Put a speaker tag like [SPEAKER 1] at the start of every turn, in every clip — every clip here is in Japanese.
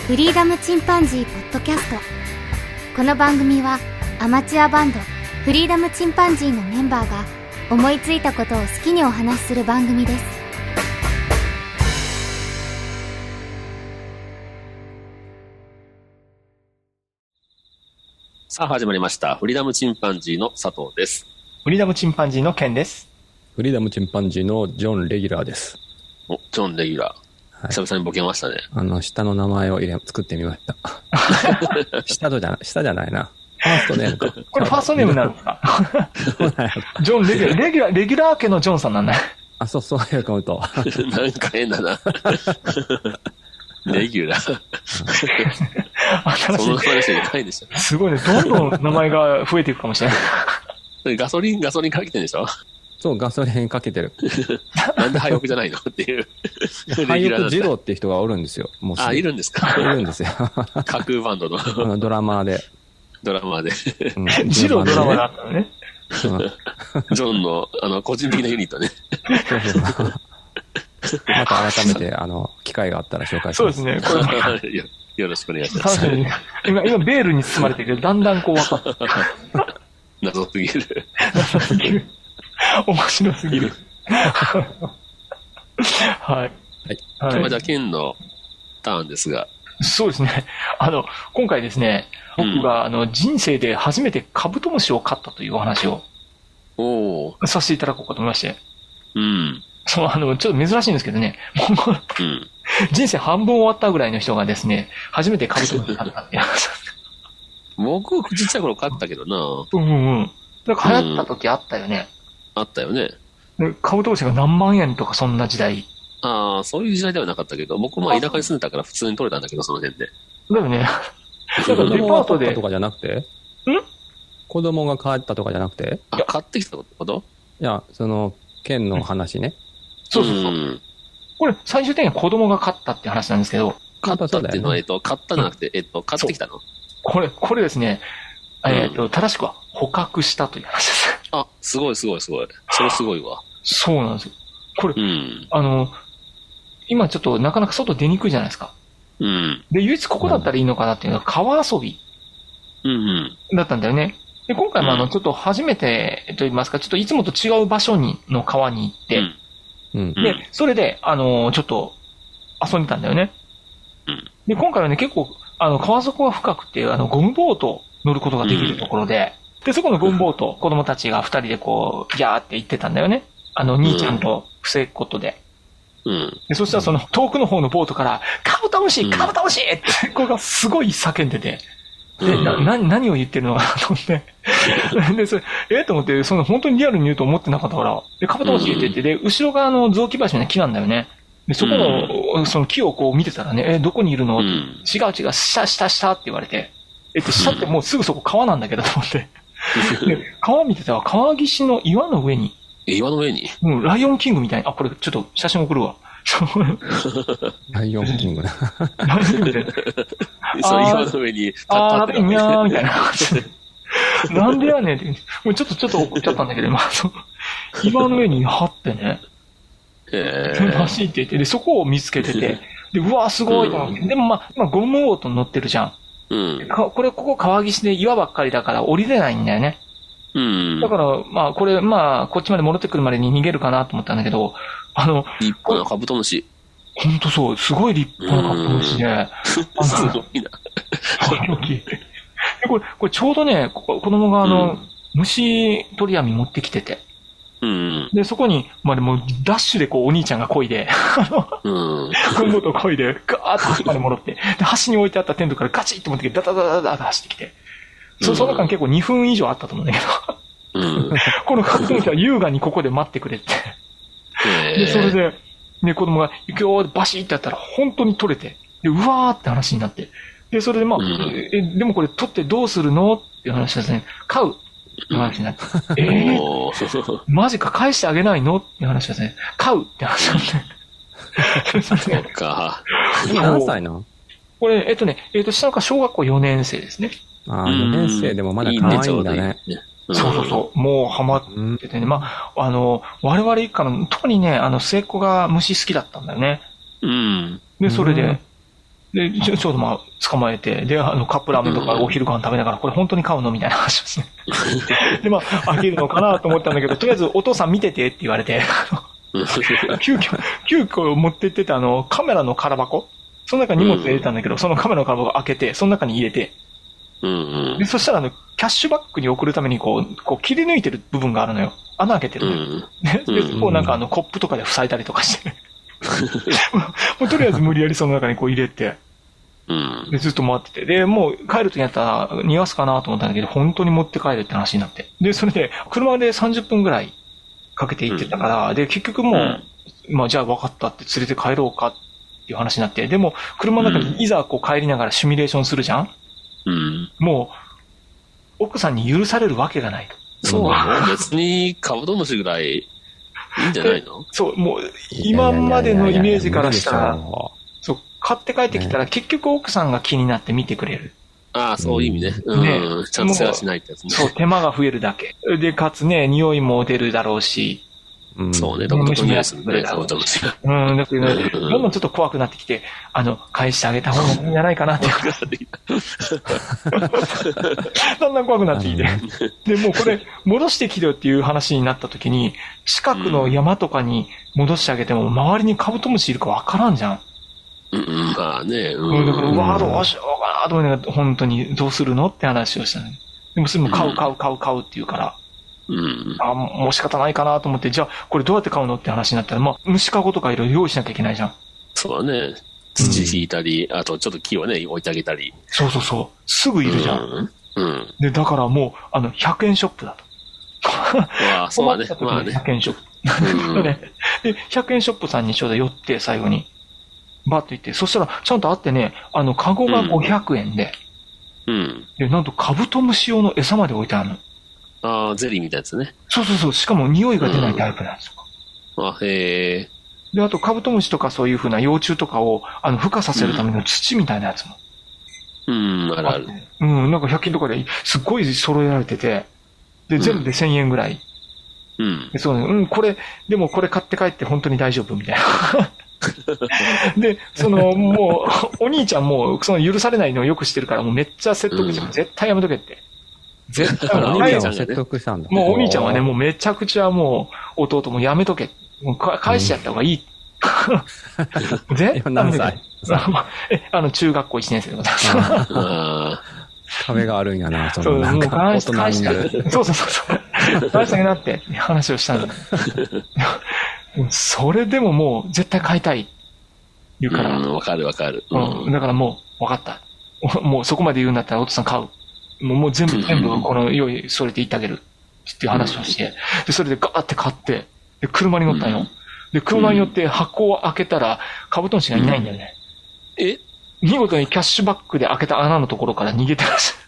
[SPEAKER 1] フリーダムチンパンジーポッドキャスト。この番組はアマチュアバンドフリーダムチンパンジーのメンバーが思いついたことを好きにお話しする番組です。
[SPEAKER 2] さあ始まりました。フリーダムチンパンジーの佐藤です。
[SPEAKER 3] フリーダムチンパンジーのケンです。
[SPEAKER 4] フリーダムチンパンジーのジョン・レギュラーです。
[SPEAKER 2] お、ジョン・レギュラー。はい、久々にボケましたね。
[SPEAKER 4] 下の名前を作ってみました。下じゃないな。ファーストネームか。
[SPEAKER 3] これファーストネームなんですか？ジョン・レギュラー、レギュラー家のジョンさんなんだ。
[SPEAKER 4] あ、そういうカウント。
[SPEAKER 2] なんか変だな。レギュラー。その話じゃないでしょ。
[SPEAKER 3] すごいね。どんどん名前が増えていくかもしれない。
[SPEAKER 2] ガソリンかけてるんでしょ？
[SPEAKER 4] そう、ガソリンかけてる。
[SPEAKER 2] なんで廃屋じゃないのっていう。
[SPEAKER 4] 廃屋二郎っていう人がおるんですよ。もう
[SPEAKER 2] いるんですか？
[SPEAKER 4] いるんですよ。
[SPEAKER 2] 架空バンドの。
[SPEAKER 4] ドラマーで。
[SPEAKER 3] 二郎ドラマーだったのね。
[SPEAKER 2] ジョンの、個人的なユニットね。
[SPEAKER 4] また改めて、機会があったら紹介します。
[SPEAKER 3] そうですね。これ
[SPEAKER 2] よろしくお願いします。
[SPEAKER 3] 今ベールに包まれてるけど、だんだんこう分かった。
[SPEAKER 2] 謎すぎる。
[SPEAKER 3] 面白すぎる。はい。
[SPEAKER 2] 今日はじゃあ、ケンのターンですが。
[SPEAKER 3] そうですね。今回ですね、僕が人生で初めてカブトムシを飼ったというお話をさせていただこうかと思いまして。
[SPEAKER 2] うん。
[SPEAKER 3] ちょっと珍しいんですけどね、人生半分終わったぐらいの人がですね、初めてカブトムシを飼ったっていう話。
[SPEAKER 2] 僕、ちっちゃい頃飼ったけどな。
[SPEAKER 3] なんか流行った時あったよね。
[SPEAKER 2] あったよね。
[SPEAKER 3] でカブトムシが何万円とかそんな時代。
[SPEAKER 2] ああ、そういう時代ではなかったけど、僕も田舎に住んでたから普通に取れたんだけど、その辺で。
[SPEAKER 3] だよね。
[SPEAKER 4] だからデパートで。とかじゃなくて？子供が帰ったとかじゃなくて？
[SPEAKER 2] 買ってきたこと？
[SPEAKER 4] いや、県の話ね。
[SPEAKER 3] そう。これ、最終的には子供が飼ったって話なんですけど。
[SPEAKER 2] 飼ったっていうのは、買ったじゃなくて、買ってきたの？
[SPEAKER 3] これですね、正しくは捕獲したという話です。
[SPEAKER 2] あ、すごい。それすごいわ。
[SPEAKER 3] そうなんですよ。これ、今ちょっとなかなか外出にくいじゃないですか。で、唯一ここだったらいいのかなっていうのは川遊び。だったんだよね。で、今回もちょっと初めてと言いますか、ちょっといつもと違う場所の川に行って、で、それで、ちょっと遊んでたんだよね。で、今回はね、結構、川底が深くて、ゴムボート乗ることができるところで、で、そこのゴムボート、子供たちが二人でこう、ギャーって行ってたんだよね。兄ちゃんと防ぐことで。で、そしたら遠くの方のボートから、カブトムシって、これがすごい叫んでて、で、何を言ってるのかなと思って。で、それ、と思って、本当にリアルに言うと思ってなかったから、で、カブトムシって言って、で、後ろが雑木林みたいな木なんだよね。で、そこの、その木をこう見てたらね、どこにいるの？違う、下って言われて。下ってもうすぐそこ川なんだけど、と思って。で、川見てたら川岸の岩の上に。
[SPEAKER 2] 岩の上に？
[SPEAKER 3] ライオンキングみたいに。あ、これちょっと写真送るわ。
[SPEAKER 4] ライオンキングな。
[SPEAKER 3] ライオンキングみたいな。
[SPEAKER 2] 岩の上に立ったって。
[SPEAKER 3] にゃーみたいな感じで。なんでやねんって。もうちょっと送っちゃったんだけど、岩の上に張ってね。走っていて、で、そこを見つけてて、で、うわーすごいと思って。でも今ゴムボートに乗ってるじゃん。ここ川岸で岩ばっかりだから降りれないんだよね。だから、こっちまで戻ってくるまでに逃げるかなと思ったんだけど、
[SPEAKER 2] 立派なカブトムシ。
[SPEAKER 3] ほんとそう、すごい立派なカブトムシで。
[SPEAKER 2] すごいな。
[SPEAKER 3] これちょうどね、子供が虫取り網持ってきてて。で、そこに、でもダッシュでこうお兄ちゃんが漕いで、ゴムボートを漕いで、ガーッと端まで戻って、で、端に置いてあったテントからガチッと持ってきて、ダダダダダダ走ってきて。その間結構2分以上あったと思うんだけど、このカブトムシは優雅にここで待ってくれって。で、それで、ね、子供が行くよーバシーってやったら本当に取れて、で、うわーって話になって。で、それででもこれ取ってどうするのっていう話ですね。飼うって話になって。マジか返してあげないのっていう話ですね。飼うって話になって。
[SPEAKER 2] そうか。
[SPEAKER 4] 今何歳なの？
[SPEAKER 3] これ、下の子は小学校4年生ですね。
[SPEAKER 4] 4年生でもまだ可愛いんだね。
[SPEAKER 3] そう。もうハマっててね。我々一家の、特にね、末っ子が虫好きだったんだよね。で、それで、 で、ちょうどまあ、捕まえて、で、カップラーメンとかお昼ご飯食べながら、これ本当に買うのみたいな話をして。で、まあ、開けるのかなと思ったんだけど、とりあえずお父さん見ててって言われて、急遽持ってってたカメラの空箱、その中に荷物入れたんだけど、そのカメラの空箱開けて、その中に入れて、で、そしたらキャッシュバックに送るためにこう切り抜いてる部分があるのよ。穴開けてるのよ。で、そこをなんかコップとかで塞いだりとかして。もうとりあえず無理やりその中にこう入れて、で、ずっと回ってて。で、もう帰るときにやったら逃がすかなと思ったんだけど、本当に持って帰るって話になって。で、それで、車で30分ぐらいかけて行ってたから、で、結局もう、まあじゃあ分かったって連れて帰ろうかっていう話になって、でも、車の中にいざこう帰りながらシミュレーションするじゃん？もう、奥さんに許されるわけがないと。
[SPEAKER 2] そうなの？別にカブトムシぐらいいいんじゃないの？
[SPEAKER 3] そう、もう、今までのイメージからしたら、そう、買って帰ってきたら結局奥さんが気になって見てくれる。
[SPEAKER 2] ああ、そういう意味ね。ちゃんと世話しないってやつね。
[SPEAKER 3] そう、手間が増えるだけ。で、かつね、匂いも出るだろうし、
[SPEAKER 2] そうね、独特の匂いするね、カブトムシが。
[SPEAKER 3] だけどね、どんどんちょっと怖くなってきて、返してあげた方がいいんじゃないかなって。だんだん怖くなってきて。で、もうこれ、戻してきてよっていう話になった時に、近くの山とかに戻してあげても、周りにカブトムシいるかわからんじゃん。
[SPEAKER 2] まあね。
[SPEAKER 3] だから、うわどうしようかなと思いながら、本当にどうするのって話をしたね。でもそれも買うって言うから、もう仕方ないかなと思って、じゃあ、これどうやって買うのって話になったら、まあ、虫かごとかいろいろ用意しなきゃいけないじゃん。
[SPEAKER 2] そうだね。土引いたり、あとちょっと木をね、置いてあげたり。
[SPEAKER 3] そう。すぐいるじゃん。で、だからもう、100円ショップだと。
[SPEAKER 2] そうだね。
[SPEAKER 3] まあね。100円ショップ。で、100円ショップさんにちょうど寄って、最後に、バッと行って、そしたら、ちゃんとあってね、カゴが500円で、で、なんとカブトムシ用の餌まで置いてあるの。
[SPEAKER 2] ああ、ゼリーみたいなやつね。
[SPEAKER 3] そう。しかも匂いが出ないタイプなんですよ。
[SPEAKER 2] へえ。
[SPEAKER 3] で、あとカブトムシとかそういう風な幼虫とかを、孵化させるための土みたいなやつも。
[SPEAKER 2] あるある。
[SPEAKER 3] なんか100均とかですっごい揃えられてて、で、全部で1000円ぐらい。でそうね、これ、でもこれ買って帰って本当に大丈夫みたいな。で、もう、お兄ちゃんも、許されないのをよくしてるから、もうめっちゃ説得して、絶対やめとけって。絶対
[SPEAKER 4] お兄ちゃんを説得したんだ。
[SPEAKER 3] もうお兄ちゃんはね、もうめちゃくちゃもう、弟もやめとけ。もう返しちゃった方がいい。絶対
[SPEAKER 4] 何歳？
[SPEAKER 3] 中学校1年生でございます。
[SPEAKER 4] 壁があるんやな、
[SPEAKER 3] そう、もう返してあげそう。返してあげなって話をしたんだ。それでももう絶対買いたい。言うから。
[SPEAKER 2] わかる。だ
[SPEAKER 3] からもう、わかった。もうそこまで言うんだったらお父さん買う。もう全部この用意それて言ってあげる。っていう話をして。で、それでガーって買って、で、車に乗ったよ。で、車に乗って箱を開けたら、カブトムシがいないんだよね。見事にキャッシュバックで開けた穴のところから逃げてました。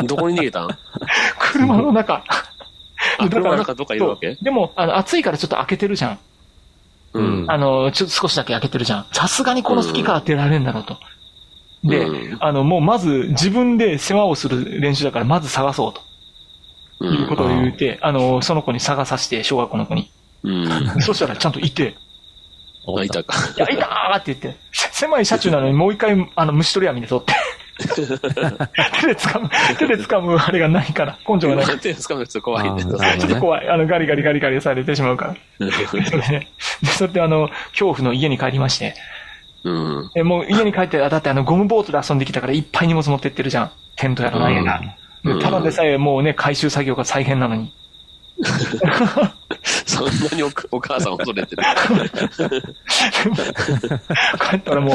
[SPEAKER 3] ど
[SPEAKER 2] こに逃げたん？
[SPEAKER 3] 車の中。
[SPEAKER 2] 車の中どっかいるわけ？
[SPEAKER 3] でも、暑いからちょっと開けてるじゃん。ちょっと少しだけ開けてるじゃん。さすがにこの隙から出られるんだろうと。で、もうまず自分で世話をする練習だからまず探そうと。いうことを言って、その子に探させて、小学校の子に。そしたらちゃんといて。
[SPEAKER 2] いたか。
[SPEAKER 3] いや、いたーって言って、狭い車中なのにもう一回、虫取り網で取って。手で掴むあれがないから、根性がない。
[SPEAKER 2] 手で掴む人怖いね。
[SPEAKER 3] ちょっと怖い。ガリガリされてしまうから。それで恐怖の家に帰りまして。もう家に帰って、だってゴムボートで遊んできたからいっぱい荷物持ってってるじゃん。テントやらないやら。ただでさえもうね、回収作業が大変なのに。
[SPEAKER 2] そんなにお母さん恐れてる。
[SPEAKER 3] 帰ったらもう、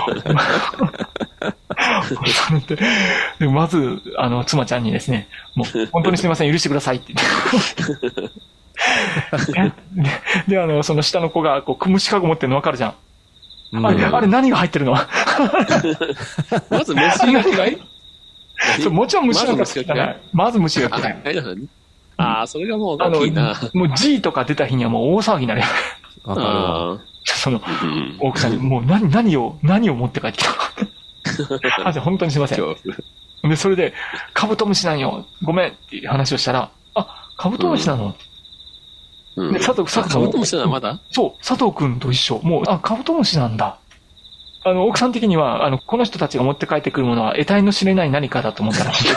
[SPEAKER 3] でまず、妻ちゃんにですね、もう、本当にすみません、許してくださいって言って。で、その下の子が、虫かご持ってるの分かるじゃん。あれ何が入ってるの？
[SPEAKER 2] まず虫が嫌い？
[SPEAKER 3] そう、もちろん虫が嫌い。まず虫が嫌い。
[SPEAKER 2] それがもう大きいな。
[SPEAKER 3] もう G とか出た日にはもう大騒ぎになる。奥さんに、もう何を持って帰ってきたの？本当にすいません。で、それで、カブトムシなんよ。ごめんっていう話をしたら、カブトムシなの？で、佐藤
[SPEAKER 2] カブトムシなのまだ？
[SPEAKER 3] そう、佐藤くんと一緒。もう、カブトムシなんだ。 奥さん的には、この人たちが持って帰ってくるものは得体の知れない何かだと思ったらしい。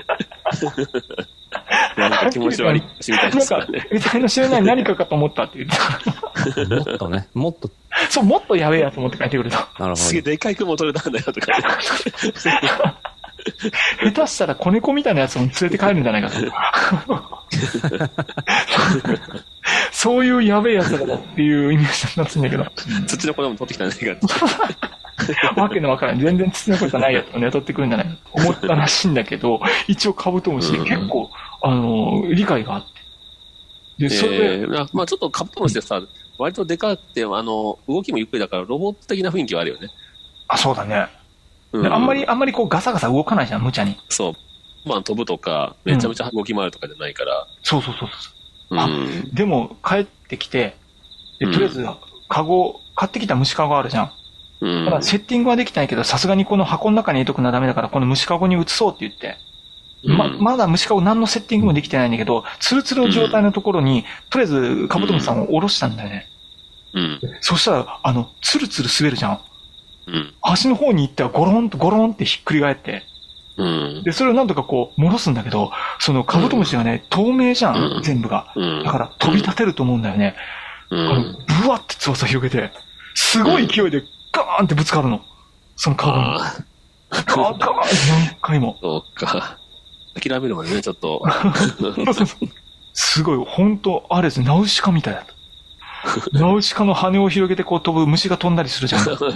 [SPEAKER 2] なんか気持ち悪いしみたいですからね。
[SPEAKER 3] 得体の知れない何かかと思ったって言って
[SPEAKER 4] た。もっとね、もっと。
[SPEAKER 3] そう、もっとやべえやつ持って帰ってくると。なる
[SPEAKER 2] ほど。すげえでかい雲取れたんだよとか、ね。
[SPEAKER 3] 下手したら子猫みたいなやつも連れて帰るんじゃないかと。そういうやべえやつだっていうイメージになってんだけど。
[SPEAKER 2] 土の子供取ってきたんじゃない
[SPEAKER 3] か。わけのわからん。全然土の子じゃないやつをね、取ってくるんじゃないかと思ったらしいんだけど、一応カブトムシで結構、理解があって。で、それで。
[SPEAKER 2] まあちょっとカブトムシでさ、割とでかくて、動きもゆっくりだからロボット的な雰囲気はあるよね。
[SPEAKER 3] あ、そうだね。あんまりこうガサガサ動かないじゃん、無茶に。
[SPEAKER 2] そう。まあ飛ぶとか、めちゃめちゃ動き回るとかじゃないから。
[SPEAKER 3] そう。でも帰ってきて、とりあえずカゴ、買ってきた虫カゴあるじゃん。ただセッティングはできないけど、さすがにこの箱の中に入れとくのはダメだから、この虫カゴに移そうって言って。まだ虫カゴ何のセッティングもできてないんだけど、ツルツルの状態のところに、とりあえずカブトムシさんを下ろしたんだよね。そしたら、ツルツル滑るじゃん。端の方に行ってはゴロンってひっくり返って。で、それをなんとかこう、戻すんだけど、そのカブトムシがね、透明じゃん、全部が。だから飛び立てると思うんだよね。ブワって翼広げて、すごい勢いでガーンってぶつかるの。そのカゴに。ガーン何回も。
[SPEAKER 2] そうか。諦めるまでね、ちょっと。
[SPEAKER 3] すごい、ほんと、あれですね、ナウシカみたいだった。ナウシカの羽を広げてこう飛ぶ虫が飛んだりするじゃん。
[SPEAKER 4] あった。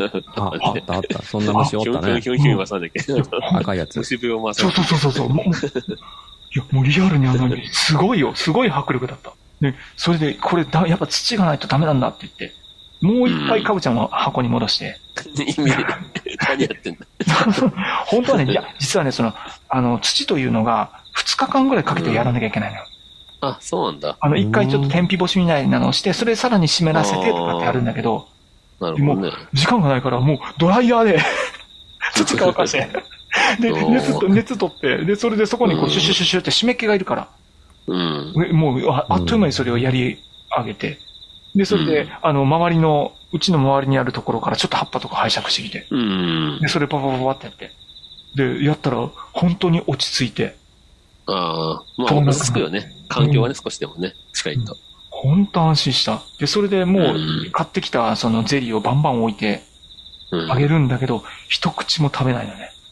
[SPEAKER 4] そんな虫おったね。
[SPEAKER 2] ヒョンヒョンはさんだっけ。
[SPEAKER 4] 赤いやつ。
[SPEAKER 2] 虫病も
[SPEAKER 3] そう。いや、もうリアルにすごいよ。すごい迫力だった。で、それで、これやっぱ土がないとダメなんだって言って、もう一回カブちゃんを箱に戻して。
[SPEAKER 2] 何やってんだ。
[SPEAKER 3] 本当はね、いや、実はね、土というのが2日間ぐらいかけてやらなきゃいけないのよ。
[SPEAKER 2] あ、そうなんだ。
[SPEAKER 3] 一回ちょっと天日干しみたいなのをして、それさらに湿らせてとかってやるんだけど、
[SPEAKER 2] なるほどね。
[SPEAKER 3] もう時間がないから、もうドライヤーで土乾かして、で、熱取って、で、それでそこにこうシュシュシュシュって湿気がいるから、もうあっという間にそれをやり上げて、で、それで、うちの周りにあるところからちょっと葉っぱとか拝借してきて、で、それパパパパってやって、で、やったら本当に落ち着いて、
[SPEAKER 2] まあ、落ち着くよね。環境はね、少しでもね、近いと。
[SPEAKER 3] 本当安心した。で、それでもう、買ってきたそのゼリーをバンバン置いて、あげるんだけど、一口も食べないのね。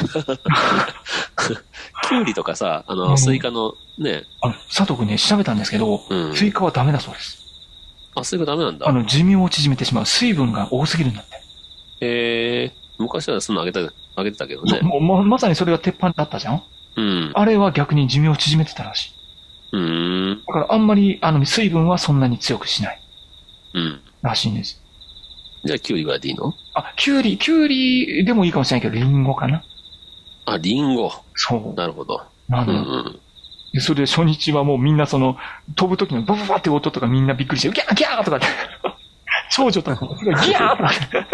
[SPEAKER 2] キュウリとかさ、スイカのね。
[SPEAKER 3] 佐藤くんね、調べたんですけど、スイカはダメだそうです。
[SPEAKER 2] あ、スイカダメなんだ。
[SPEAKER 3] 寿命を縮めてしまう。水分が多すぎるんだって。
[SPEAKER 2] 昔はそんなあげてたけどね。
[SPEAKER 3] まさにそれが鉄板だったじゃん。あれは逆に寿命を縮めてたらしい。だからあんまり水分はそんなに強くしない。らしいんです。
[SPEAKER 2] じゃあキュウリぐらいでいいの？
[SPEAKER 3] キュウリでもいいかもしれないけど、リンゴかな。
[SPEAKER 2] リンゴ。
[SPEAKER 3] そう。
[SPEAKER 2] なるほど。
[SPEAKER 3] で、それで初日はもうみんな飛ぶ時のバババって音とかみんなびっくりして、ギャーギャーとかって。少女とかもすごいギャーとか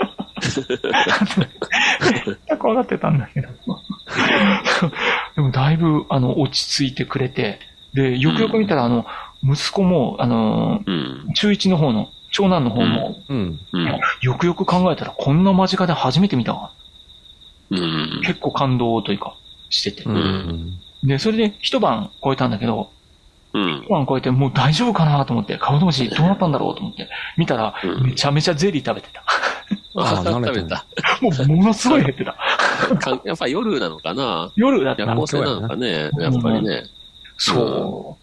[SPEAKER 3] って。怖がってたんだけど。でもだいぶ落ち着いてくれて、で、よくよく見たら息子も中1の方の長男の方も、よくよく考えたらこんな間近で初めて見たわ。結構感動というかしてて。で、それで一晩超えたんだけど、一晩超えてもう大丈夫かなと思って、カブトムシどうなったんだろうと思って、見たらめちゃめちゃゼリー食べてた。
[SPEAKER 2] 食べた。
[SPEAKER 3] ものすごい減ってた。
[SPEAKER 2] やっぱ夜なのかな？
[SPEAKER 3] 夜だった。
[SPEAKER 2] 夜行性なのかね、やっぱりね。
[SPEAKER 3] そう。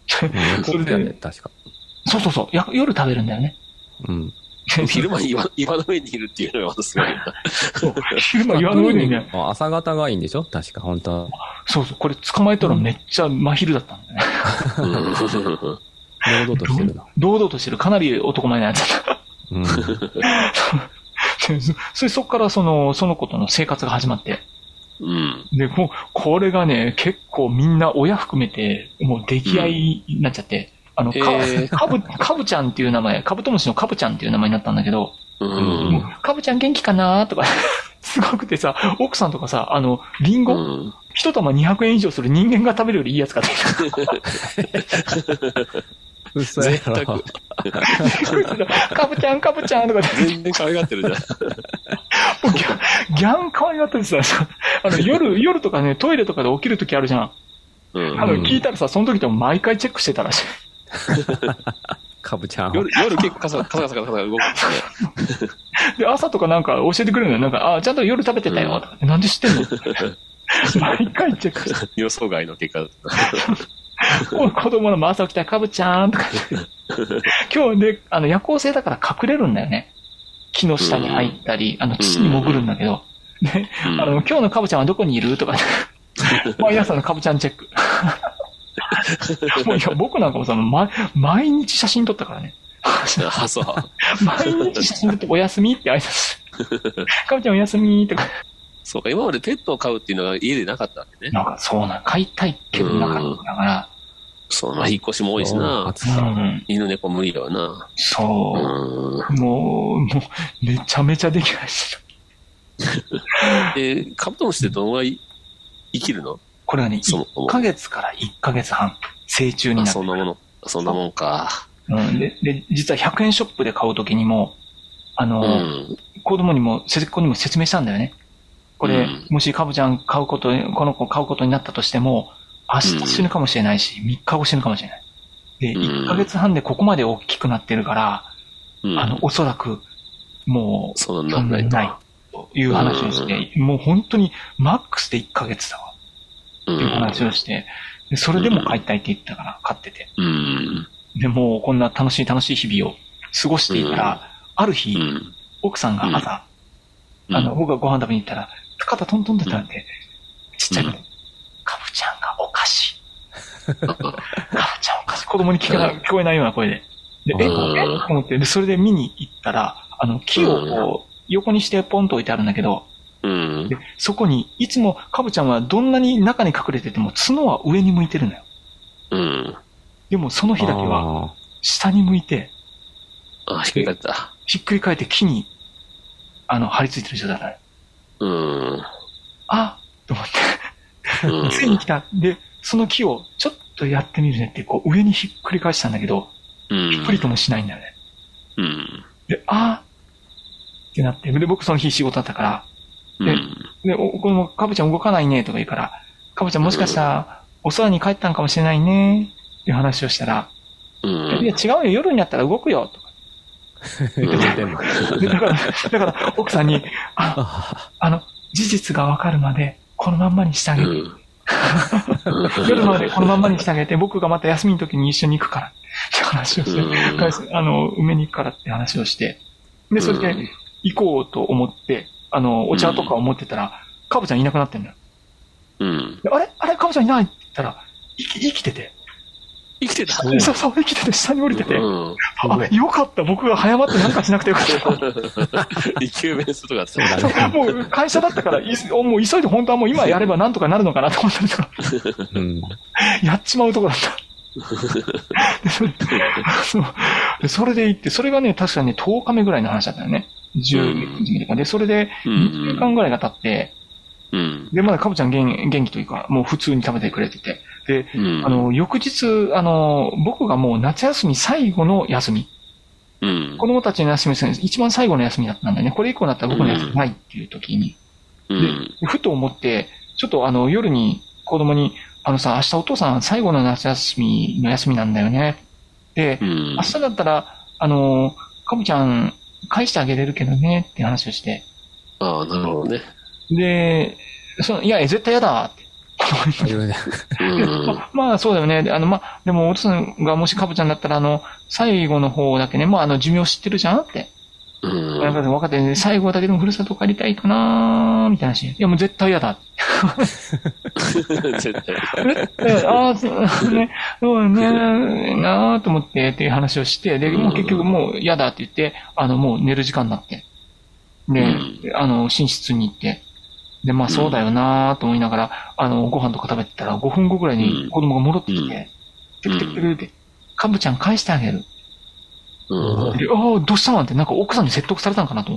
[SPEAKER 4] それで、確か。
[SPEAKER 3] そう。夜食べるんだよね。
[SPEAKER 2] 昼間岩の上にいるっていうのがまたすごいな。
[SPEAKER 3] 昼間岩の上にね。
[SPEAKER 4] 朝方がいいんでしょ確か、本当は。
[SPEAKER 3] そう。これ捕まえたらめっちゃ真昼だったんだね。
[SPEAKER 4] 堂々としてるな。
[SPEAKER 3] 堂々としてる。かなり男前なやつだった。そっからその子との生活が始まって。で、もう、これがね、結構みんな親含めて、もう溺愛になっちゃって、カブちゃんっていう名前、カブトムシのカブちゃんっていう名前になったんだけど、カブちゃん元気かなとか、すごくてさ、奥さんとかさ、リンゴ、一玉200円以上する人間が食べるよりいいやつかって。
[SPEAKER 4] 嘘やろ。
[SPEAKER 3] カブちゃんとか
[SPEAKER 2] 全然可愛がってるじゃん。
[SPEAKER 3] ギャン可愛がってるさ、夜とかね、トイレとかで起きるときあるじゃん。聞いたらさ、その時でも毎回チェックしてたらしい。
[SPEAKER 4] カブちゃん。
[SPEAKER 2] 夜結構カサカサ動くんですね。
[SPEAKER 3] で、朝とかなんか教えてくれるのよ。なんか、ちゃんと夜食べてたよ。とかなんで知ってんの毎回チェックして。
[SPEAKER 2] 予想外の結果。
[SPEAKER 3] 子供の朝起きたらカブちゃんとか。今日ね、夜行性だから隠れるんだよね。木の下に入ったり、土に潜るんだけど。で、今日のカブちゃんはどこにいるとか、毎朝のカブちゃんチェック。もういや、僕なんかもさ、毎日写真撮ったからね。
[SPEAKER 2] そう。
[SPEAKER 3] 毎日写真撮っておやすみって挨拶。カブちゃんおやすみとか。
[SPEAKER 2] そうか、今までペットを飼うっていうのが家でなかったわけね。
[SPEAKER 3] なんかそう飼いたいけどなかったから。
[SPEAKER 2] そうな、引っ越しも多いしな。犬猫無理だわな。
[SPEAKER 3] そう。もう、めちゃめちゃできないし。
[SPEAKER 2] カブトムシってどのぐらい生きるの？
[SPEAKER 3] これはね、1ヶ月から1ヶ月半、成虫になる。
[SPEAKER 2] そんなもんか。
[SPEAKER 3] で、実は100円ショップで買うときにも、子供にも、説明したんだよね。これ、もしカブちゃんこの子買うことになったとしても、明日死ぬかもしれないし、3日後死ぬかもしれない。で、1ヶ月半でここまで大きくなってるから、おそらく、もう、
[SPEAKER 2] そんなない
[SPEAKER 3] という話をして、もう本当にマックスで1ヶ月だわ。っていう話をして、でそれでも飼いたいって言ったから飼ってて。で、もうこんな楽しい日々を過ごしていたら、ある日、奥さんが朝、僕がご飯食べに行ったら、肩トントンって立って、ちっちゃい声で、カブちゃんがおかしい。カブちゃんおかしい。子供に聞こえないような声で。で、と思って、で、それで見に行ったら、木をこう、横にしてポンと置いてあるんだけど、でそこに、いつもカブちゃんはどんなに中に隠れてても角は上に向いてるのよ。でもその日だけは、下に向いて、
[SPEAKER 2] ひっくり返った。
[SPEAKER 3] ひっくり返って木に、張り付いてる状態だね。と思って。ついに来た。で、その木をちょっとやってみるねって、こう上にひっくり返したんだけど、ひっくりともしないんだよね。で、ってなって、で、僕その日仕事だったから、で、このカブちゃん動かないねとか言うから、カブちゃんもしかしたらお空に帰ったんかもしれないねっていう話をしたら、いや違うよ、夜になったら動くよとか。だから奥さんに、事実がわかるまでこのまんまにしてあげる。夜までこのまんまにしてあげて、僕がまた休みの時に一緒に行くからって話をして、埋めに行くからって話をして、で、それで行こうと思って、お茶とかを持ってたら、カブちゃんいなくなってんだよ。あれカブちゃんいないって言ったら、生きてて。
[SPEAKER 2] 生きてた？
[SPEAKER 3] そう、生きてて、下に降りてて。よかった、僕が早まってなんかしなくてよかった。
[SPEAKER 2] 生き埋めするとかそうだ
[SPEAKER 3] ね。もう会社だったから、もう急いで本当はもう今やればなんとかなるのかなと思ったんですけど、やっちまうとこだった。それで行って、それがね、確かに10日目ぐらいの話だったよね。10日目で。それで、2週間ぐらいが経って、で、まだカブちゃん元気というか、もう普通に食べてくれてて。で、翌日、僕がもう夏休み最後の休み。子供たちの休みですね、一番最後の休みだったんだよね。これ以降になったら僕の休みないっていう時に。で、ふと思って、ちょっと夜に子供に、明日お父さん最後の夏休みの休みなんだよね。で、明日だったら、カブちゃん返してあげれるけどねって話をして。
[SPEAKER 2] なるほどね。
[SPEAKER 3] で、いや、絶対嫌だって。まあ、そうだよね。でも、お父さんがもしカブちゃんだったら、最後の方だけね、寿命知ってるじゃんって。なんか分かって、最後だけでもふるさと帰りたいかなみたいな話。いや、もう絶対嫌だ。
[SPEAKER 2] 絶対。
[SPEAKER 3] そうね、なと思ってっていう話をして、で、もう結局もう嫌だって言って、もう寝る時間になって。で、寝室に行って、で、そうだよなと思いながら、ご飯とか食べてたら、5分後ぐらいに子供が戻ってきて、てくてくてくって、カブちゃん返してあげる。で、どうしたなんて、なんか奥さんに説得されたんかなと思って。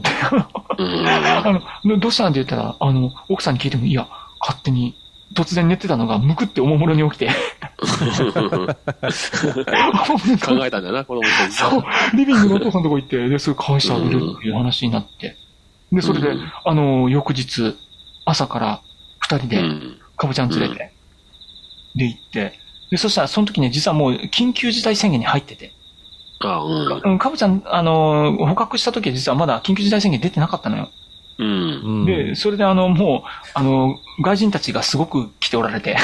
[SPEAKER 3] どうしたんって言ったら、奥さんに聞いても、いや、勝手に、突然寝てたのが、むくっておもむろに起きて、
[SPEAKER 2] 考えたんだよな、子供たち。
[SPEAKER 3] そう、リビングのお父さんのとこ行って、で、それ返してあげるっていう話になって。で、それで、翌日、朝から二人で、かぼちゃん連れて、で行って、で、そしたらその時ね、実はもう緊急事態宣言に入ってて。かぼちゃん、捕獲した時は実はまだ緊急事態宣言出てなかったのよ。で、それでもう、外人たちがすごく来ておられて、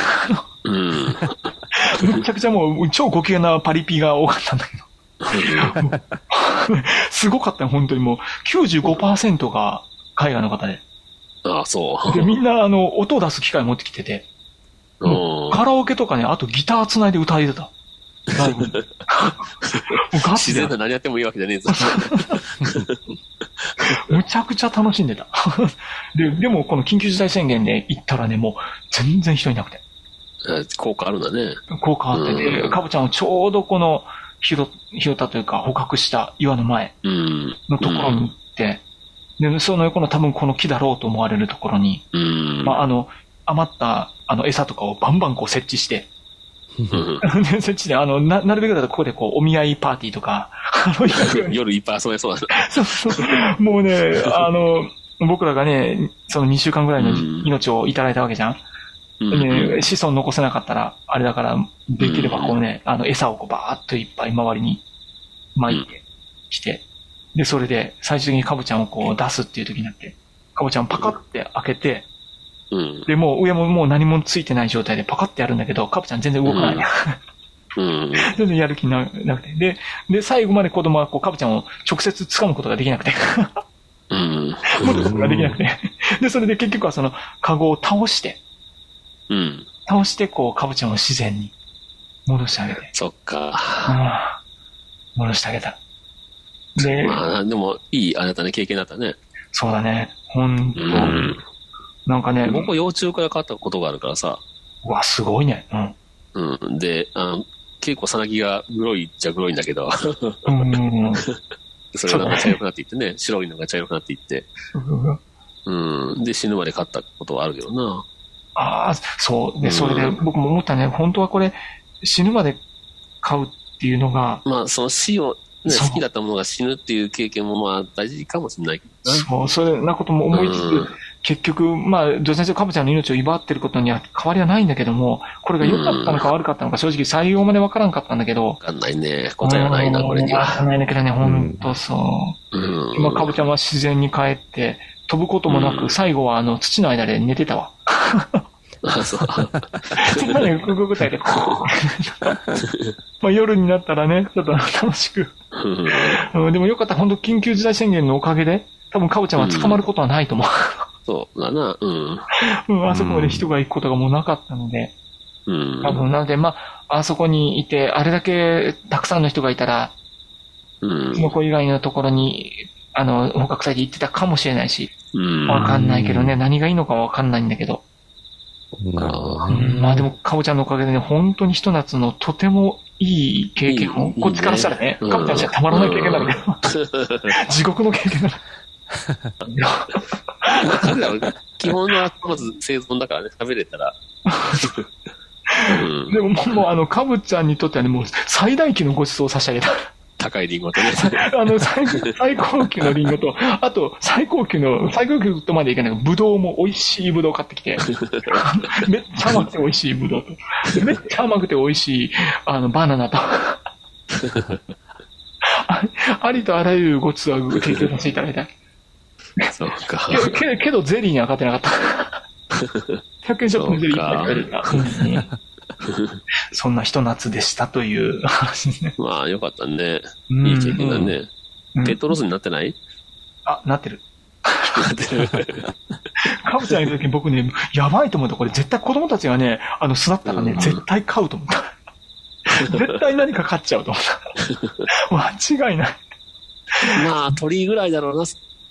[SPEAKER 3] めちゃくちゃもう超ご機嫌なパリピが多かったんだけど。すごかったよ、本当にもう。95% が海外の方で。
[SPEAKER 2] ああ、そう。
[SPEAKER 3] で、みんな音を出す機械持ってきてて、カラオケとかね、あとギター繋いで歌い出た。
[SPEAKER 2] 自然と何やってもいいわけじゃねえぞ。
[SPEAKER 3] むちゃくちゃ楽しんでた。でもこの緊急事態宣言で行ったらね、もう全然人いなくて。
[SPEAKER 2] 効果あるんだね。
[SPEAKER 3] 効果あってて、かぼちゃんをちょうどこの拾ったというか捕獲した岩の前のところに行って、で、その横の多分この木だろうと思われるところに、余った餌とかをバンバンこう設置して、設置で、なるべくだとここでこう、お見合いパーティーとか、
[SPEAKER 2] 夜いっぱい遊べそうだな。
[SPEAKER 3] そうもうね、僕らがね、その2週間ぐらいの命をいただいたわけじゃん。子孫残せなかったら、あれだから、できればこうね、餌をこうバーっといっぱい周りに巻いてきて、で、それで最終的にカボちゃんをこう出すっていう時になって、カボちゃんをパカって開けて、で、もう上ももう何もついてない状態でパカってやるんだけど、カボちゃん全然動かない。全然やる気なくて。で、最後まで子供はこうカボちゃんを直接掴むことができなくて。持つことができなくて。で、それで結局はそのカゴを倒して、こうカボちゃんを自然に戻してあげて。
[SPEAKER 2] そっか。
[SPEAKER 3] 戻してあげた。
[SPEAKER 2] で、でもいいあなたね、経験だったね。
[SPEAKER 3] そうだね。ほんと。なんかね。
[SPEAKER 2] 僕幼虫から飼ったことがあるからさ。
[SPEAKER 3] うわ、すごいね。
[SPEAKER 2] で、結構さなぎが黒いっちゃ黒いんだけど。それが茶色くなっていってね、白いのが茶色くなっていって。で、死ぬまで飼ったことはあるけどな。
[SPEAKER 3] ああ、そう。で、それで僕も思ったね、本当はこれ、死ぬまで飼うっていうのが。
[SPEAKER 2] まあ、その死を、ね、好きだったものが死ぬっていう経験もまあ大事かもしれないけど。
[SPEAKER 3] そう、それなことも思いつつ、結局、まあ、どちらにせよカボちゃんの命を奪ってることには変わりはないんだけども、これが良かったのか悪かったのか正直採用まで分からんかったんだけど。
[SPEAKER 2] 分かんないね。答えはないな、これには。
[SPEAKER 3] 分かんないんだけどね、ほんとそう。今、カボちゃんは自然に帰って、飛ぶこともなく、最後は土の間で寝てたわ。
[SPEAKER 2] そう。
[SPEAKER 3] そんなにグググってまあ夜になったらね、ちょっと楽しく。でもよかった、本当緊急事態宣言のおかげで、多分カボちゃんは捕まることはないと思う。
[SPEAKER 2] そうだな、
[SPEAKER 3] あそこまで人が行くことがもうなかったので。多分なので、まあ、あそこにいて、あれだけたくさんの人がいたら、その子以外のところに、捕獲されて行ってたかもしれないし、わかんないけどね、何がいいのかわかんないんだけど。まあでも、カボちゃんのおかげでね、本当にひと夏のとてもいい経験を、こっちからしたらね、カボちゃんじゃたまらない経験なんだけど、地獄の経験だな。
[SPEAKER 2] 基本はまず生存だからね、食べれたら。
[SPEAKER 3] でももうカブちゃんにとってはね、もう最大級のご馳走を差し上げた。
[SPEAKER 2] 高いリンゴとね。
[SPEAKER 3] 最高級のリンゴと、あと最高級とまでいけないブドウも美味しいブドウ買ってきて、めっちゃ甘くて美味しいブドウと、めっちゃ甘くて美味しいバナナと、ありとあらゆるご馳走を提供させていただいた。
[SPEAKER 2] そうか。
[SPEAKER 3] けどゼリーには勝てなかった。100円ショップのゼリーが。そんなひと夏でしたという話ですね。
[SPEAKER 2] まあよかったね。いい経験だね。ペットロスになってない？
[SPEAKER 3] なってる。カブちゃんいるとき僕ね、やばいと思うとこれ絶対子供たちがね、巣立ったらね、絶対飼うと思った。絶対何か飼っちゃうと思った。間違いない。
[SPEAKER 2] まあ鳥ぐらいだろうな。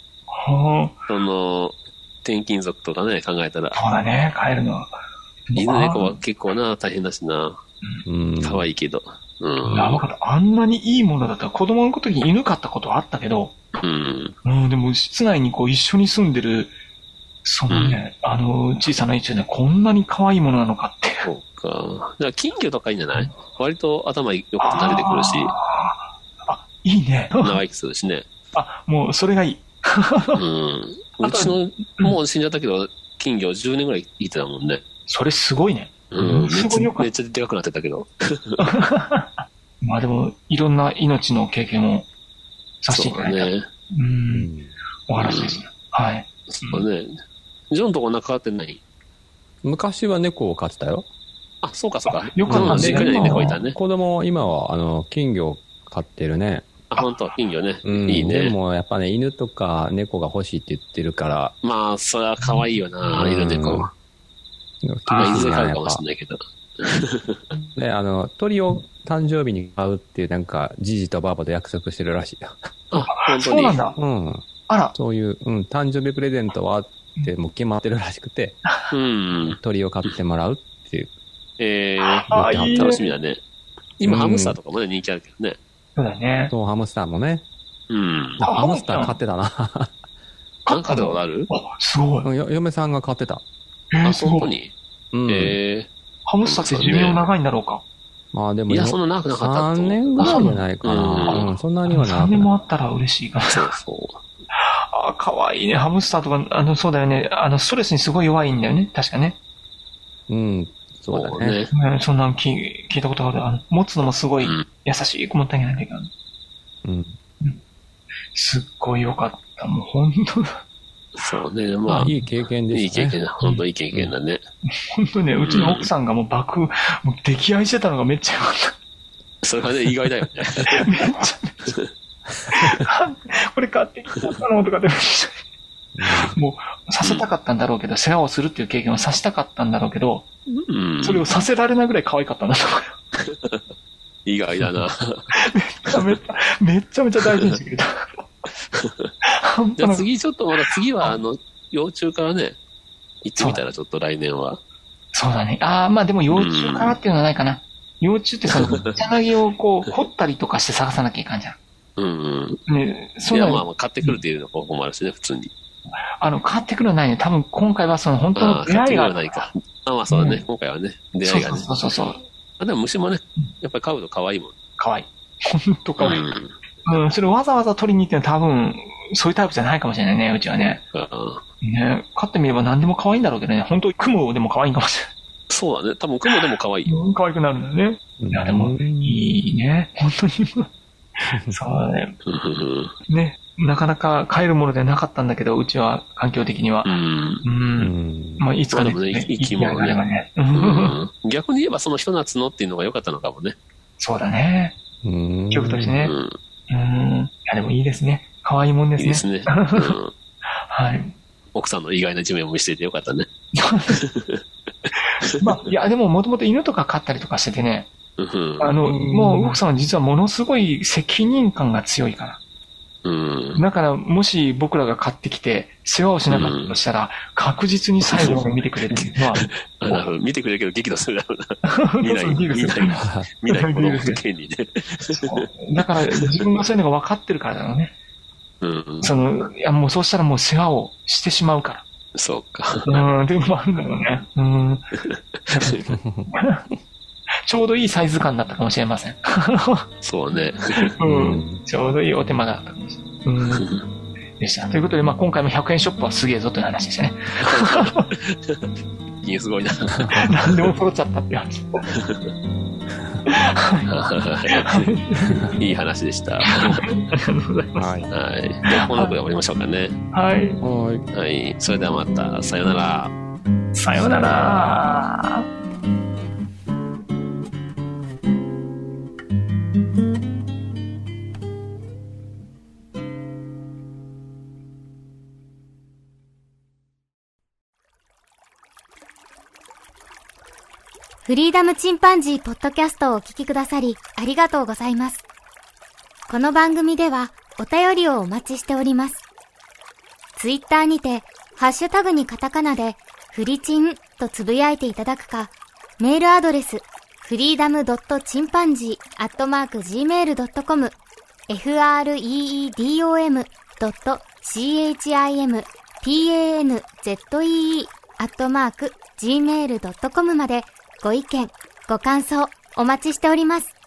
[SPEAKER 2] 転勤族とかね、考えたら。
[SPEAKER 3] そうだね、飼えるのは。
[SPEAKER 2] 犬猫は結構な、大変だしな。可愛いけど。
[SPEAKER 3] やばかった。あんなにいいものだったら、子供の時に犬飼ったことはあったけど、でも室内にこう一緒に住んでる、そのね、小さな一応ね、こんなに可愛いものなのかって。
[SPEAKER 2] そうか。じゃあ金魚とかいいんじゃない？割と頭よく慣れてくるし。
[SPEAKER 3] いいね。
[SPEAKER 2] 長生きするしね。
[SPEAKER 3] もうそれがいい。
[SPEAKER 2] うちの、もう死んじゃったけど、金魚10年ぐらい生きてたもんね。
[SPEAKER 3] それすごいね。
[SPEAKER 2] めっちゃでかくなってたけど。
[SPEAKER 3] まあでも、いろんな命の経験をさせていただいた。そうね。お話ですね。はい。
[SPEAKER 2] そうね。ジョンとこ仲変わってない？
[SPEAKER 4] 昔は猫を飼ってたよ。
[SPEAKER 2] そうかそうか。
[SPEAKER 3] よかったね。
[SPEAKER 2] 実家に猫いたね。
[SPEAKER 4] 子供、今は、金魚飼ってるね。
[SPEAKER 2] 本当金魚ね。いいね。
[SPEAKER 4] でもやっぱね、犬とか猫が欲しいって言ってるから。
[SPEAKER 2] まあ、それは可愛いよな、犬猫。いずれ飼うかもしれないけど。
[SPEAKER 4] で、鳥を誕生日に買うっていう、なんか、じじとばばと約束してるらしいよ。
[SPEAKER 2] 本当に。
[SPEAKER 3] そうなんだ。あら。
[SPEAKER 4] そういう、誕生日プレゼントはってもう決まってるらしくて、鳥を買ってもらうっていう。
[SPEAKER 2] 楽しみだね。今、ハムスターとかもね、人気あるけどね。
[SPEAKER 3] そうだね。
[SPEAKER 4] そう、ハムスターもね。ハムスター買ってたな。
[SPEAKER 2] 飼ったことある？
[SPEAKER 3] すごい。
[SPEAKER 4] 嫁さんが飼ってた。
[SPEAKER 2] 本当に？
[SPEAKER 3] ハムスターって寿命長いんだろうか。
[SPEAKER 4] まあでも、
[SPEAKER 2] いや、そんな長くなかった
[SPEAKER 4] 3年ぐらいじゃないかな。そんなにはな
[SPEAKER 3] 3年もあったら嬉しいかな。
[SPEAKER 2] そうそう。
[SPEAKER 3] かわいいね。ハムスターとか、そうだよね。ストレスにすごい弱いんだよね。確かね。
[SPEAKER 4] そうだね。
[SPEAKER 3] そんなの聞いたことがある。持つのもすごい優しい子持ってあげないといけない。すっごい良かった。もう本当だ。
[SPEAKER 2] そうね。まあ、
[SPEAKER 4] いい経験でしたね。
[SPEAKER 2] いい経験だ。本当いい経験だね。
[SPEAKER 3] 本当ね、うちの奥さんがもうもう溺愛してたのがめっちゃ良かった。
[SPEAKER 2] それはね、意外だよね。
[SPEAKER 3] めっちゃ。これ買ってきたのとかでめっちゃ。もう、させたかったんだろうけど、世話をするっていう経験をさせたかったんだろうけど、それをさせられないぐらい可愛かったんだと思うよ。
[SPEAKER 2] 意外だな。
[SPEAKER 3] めちゃめちゃ大事にしてくれた。
[SPEAKER 2] じゃあ次次は幼虫からね、行ってみたらちょっと来年は。
[SPEAKER 3] そうだね。まあでも幼虫からっていうのはないかな。幼虫って柳をこう、掘ったりとかして探さなきゃいかんじゃん。ね、
[SPEAKER 2] いや、まあ買ってくるっていう方法もあるしね、普通に。
[SPEAKER 3] 買ってくるのはないね。多分今回は本当の出会いが。
[SPEAKER 2] ないか。まあそうだね。今回はね、出会いがね。
[SPEAKER 3] そう。
[SPEAKER 2] でも虫もね、やっぱり飼うと可愛いもん。
[SPEAKER 3] 可愛い。ほんと可愛い。それわざわざ取りに行ってのは多分、そういうタイプじゃないかもしれないね、うちはね。ね、飼ってみれば何でも可愛いんだろうけどね、本当にクモでも可愛いかもしれない。
[SPEAKER 2] そうだね、多分クモでも可愛いよ。
[SPEAKER 3] 可愛くなるんだよね。いや、でも、いいね、本当に。そうだね。ね、なかなか飼えるものでなかったんだけど、うちは環境的には。まあ、いつかね、
[SPEAKER 2] 生き物ね。逆に言えばそのひと夏のっていうのが良かったのかもね。
[SPEAKER 3] そうだね。曲としてね。いや、でもいいですね。可愛いもんですね。
[SPEAKER 2] いいですね。
[SPEAKER 3] はい。
[SPEAKER 2] 奥さんの意外な一面も見せてよかったね。
[SPEAKER 3] まあ、いや、でももともと犬とか飼ったりとかしててね。もう奥さんは実はものすごい責任感が強いから。だから、もし僕らが買ってきて、世話をしなかったとしたら、確実に最後まで見てくれるっていうのは。
[SPEAKER 2] 見てくれるけど激怒するだろうな。見ない子供の権利で。
[SPEAKER 3] だから、自分がそういうのが分かってるからだろうね。いや、もうそうしたらもう世話をしてしまうから。
[SPEAKER 2] そうか。
[SPEAKER 3] でもあるんだろうね。ちょうどいいサイズ感だったかもしれません。
[SPEAKER 2] そうね。
[SPEAKER 3] ちょうどいいお手間だったかもしれない。でした。ということで、まあ今回も100円ショップはすげえぞという話でしたね。
[SPEAKER 2] すごいな。
[SPEAKER 3] 何でも揃っちゃったっていう話。
[SPEAKER 2] いい話でした。
[SPEAKER 3] ありがとうございます。
[SPEAKER 2] はい。では、この後で終わりましょうかね。はい。それではまた、さよなら。
[SPEAKER 3] さよなら。
[SPEAKER 1] フリーダムチンパンジーポッドキャストをお聞きくださりありがとうございます。この番組ではお便りをお待ちしております。ツイッターにてハッシュタグにカタカナでフリチンとつぶやいていただくか、メールアドレスfreedom.chimpanzee@gmail.com freedom.chimpanzee@gmail.com までご意見、ご感想、お待ちしております。